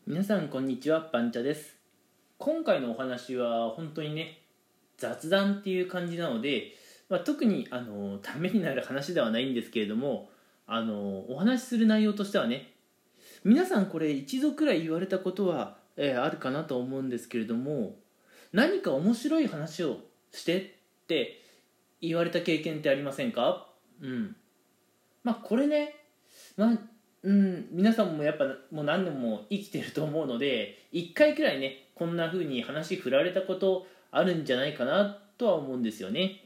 皆さんこんにちは、パンチャです。今回のお話は本当にね、雑談っていう感じなので、特にためになる話ではないんですけれども、お話しする内容としてはね、皆さんこれ一度くらい言われたことは、あるかなと思うんですけれども、何か面白い話をしてって言われた経験ってありませんか？これね、皆さんもやっぱもう何年も生きてると思うので、一回くらいねこんな風に話振られたことあるんじゃないかなとは思うんですよね。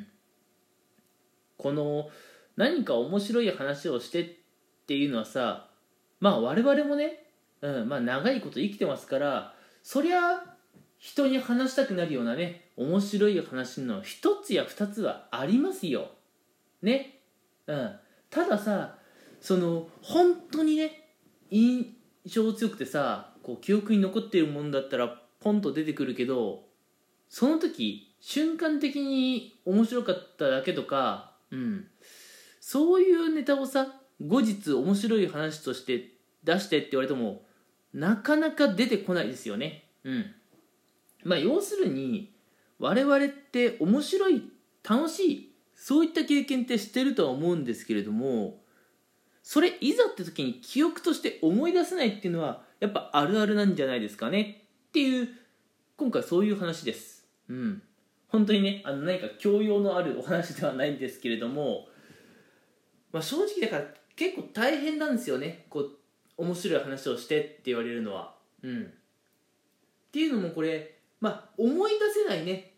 この何か面白い話をしてっていうのはさ、我々もね、長いこと生きてますから、そりゃ人に話したくなるようなね面白い話の一つや二つはありますよね。たださ、本当にね印象強くてさ、こう記憶に残っているもんだったらポンと出てくるけど、その時瞬間的に面白かっただけとか、そういうネタをさ後日面白い話として出してって言われてもなかなか出てこないですよね。要するに我々って面白い、楽しい、そういった経験ってしてるとは思うんですけれども、それいざって時に記憶として思い出せないっていうのはやっぱあるあるなんじゃないですかねっていう、今回そういう話です。本当にね何か教養のあるお話ではないんですけれども、正直だから結構大変なんですよね、こう面白い話をしてって言われるのは。っていうのもこれ、思い出せないね、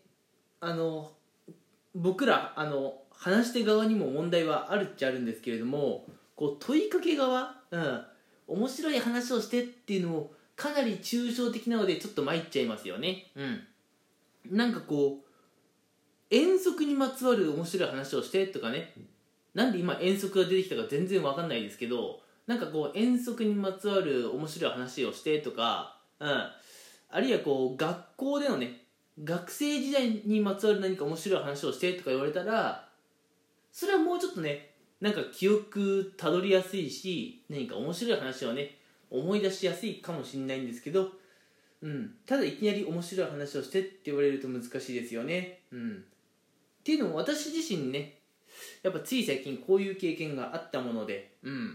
僕ら話し手側にも問題はあるっちゃあるんですけれども、こう問いかけ側、面白い話をしてっていうのもかなり抽象的なのでちょっと参っちゃいますよね。なんかこう遠足にまつわる面白い話をしてとかね、なんで今遠足が出てきたか全然わかんないですけど、なんかこう遠足にまつわる面白い話をしてとか、あるいはこう学校でのね、学生時代にまつわる何か面白い話をしてとか言われたら、それはもうちょっとねなんか記憶たどりやすいし、何か面白い話をね思い出しやすいかもしれないんですけど、ただいきなり面白い話をしてって言われると難しいですよね。っていうのも私自身ね、やっぱつい最近こういう経験があったもので、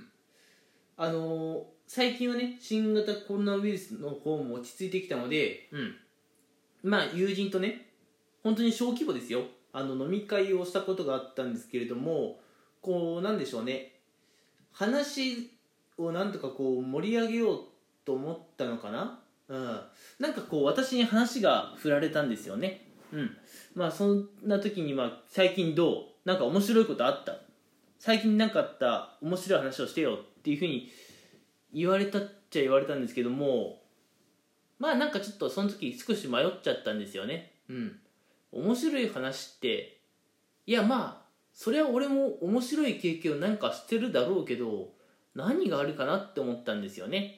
最近はね新型コロナウイルスの方も落ち着いてきたので、友人とね本当に小規模ですよ、飲み会をしたことがあったんですけれども、こうなんでしょうね、話をなんとかこう盛り上げようと思ったのかな。なんかこう私に話が振られたんですよね。そんな時に最近どう、なんか面白いことあった、最近なんかあった面白い話をしてよっていうふうに言われたっちゃ言われたんですけども、なんかちょっとその時少し迷っちゃったんですよね。面白い話って、いやそれは俺も面白い経験をなんかしてるだろうけど、何があるかなって思ったんですよね。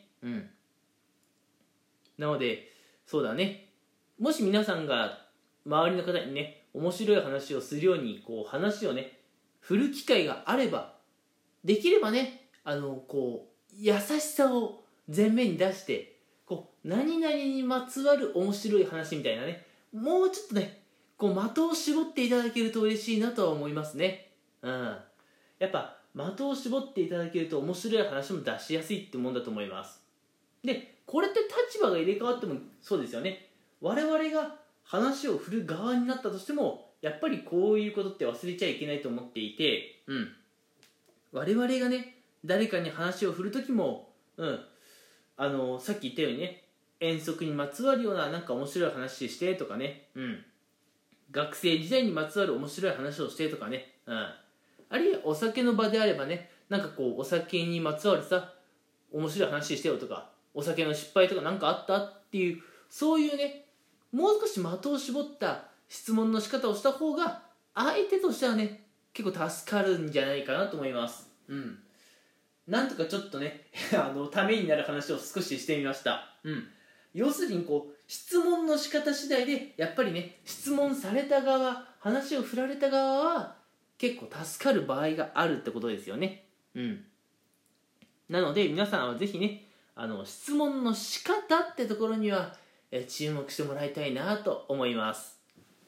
なのでそうだね、もし皆さんが周りの方にね面白い話をするようにこう話をね振る機会があれば、できればねこう優しさを前面に出して、こう何々にまつわる面白い話みたいなね、もうちょっとねこう的を絞っていただけると嬉しいなとは思いますね。やっぱ的を絞っていただけると面白い話も出しやすいってもんだと思います。でこれって立場が入れ替わってもそうですよね。我々が話を振る側になったとしてもやっぱりこういうことって忘れちゃいけないと思っていて、我々がね誰かに話を振る時も、さっき言ったようにね、遠足にまつわるようななんか面白い話してとかね、学生時代にまつわる面白い話をしてとかね、あるいはお酒の場であればね、なんかこうお酒にまつわるさ面白い話してよとか、お酒の失敗とかなんかあったっていう、そういうねもう少し的を絞った質問の仕方をした方が相手としてはね結構助かるんじゃないかなと思います。なんとかちょっとねためになる話を少ししてみました。要するにこう質問の仕方次第でやっぱりね質問された側、話を振られた側は結構助かる場合があるってことですよね。なので皆さんはぜひね質問の仕方ってところには、注目してもらいたいなと思います。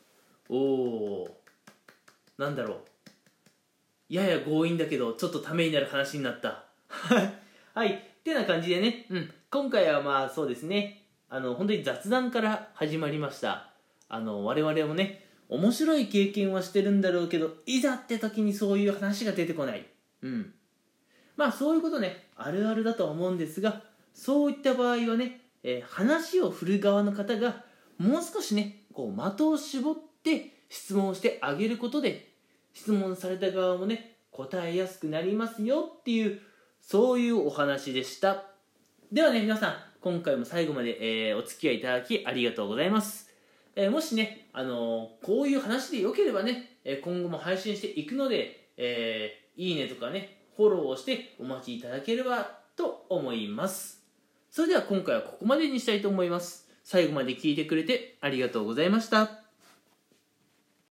なんだろう、やや強引だけどちょっとためになる話になったはいってな感じでね、今回はそうですね、本当に雑談から始まりました。我々もね、面白い経験はしてるんだろうけど、いざって時にそういう話が出てこない。そういうことね、あるあるだとは思うんですが、そういった場合はね、話を振る側の方がもう少しね、的を絞って質問をしてあげることで、質問された側もね、答えやすくなりますよっていう、そういうお話でした。ではね、皆さん今回も最後まで、お付き合いいただきありがとうございます。もしね、こういう話でよければね、今後も配信していくので、いいねとかね、フォローをしてお待ちいただければと思います。それでは今回はここまでにしたいと思います。最後まで聞いてくれてありがとうございました。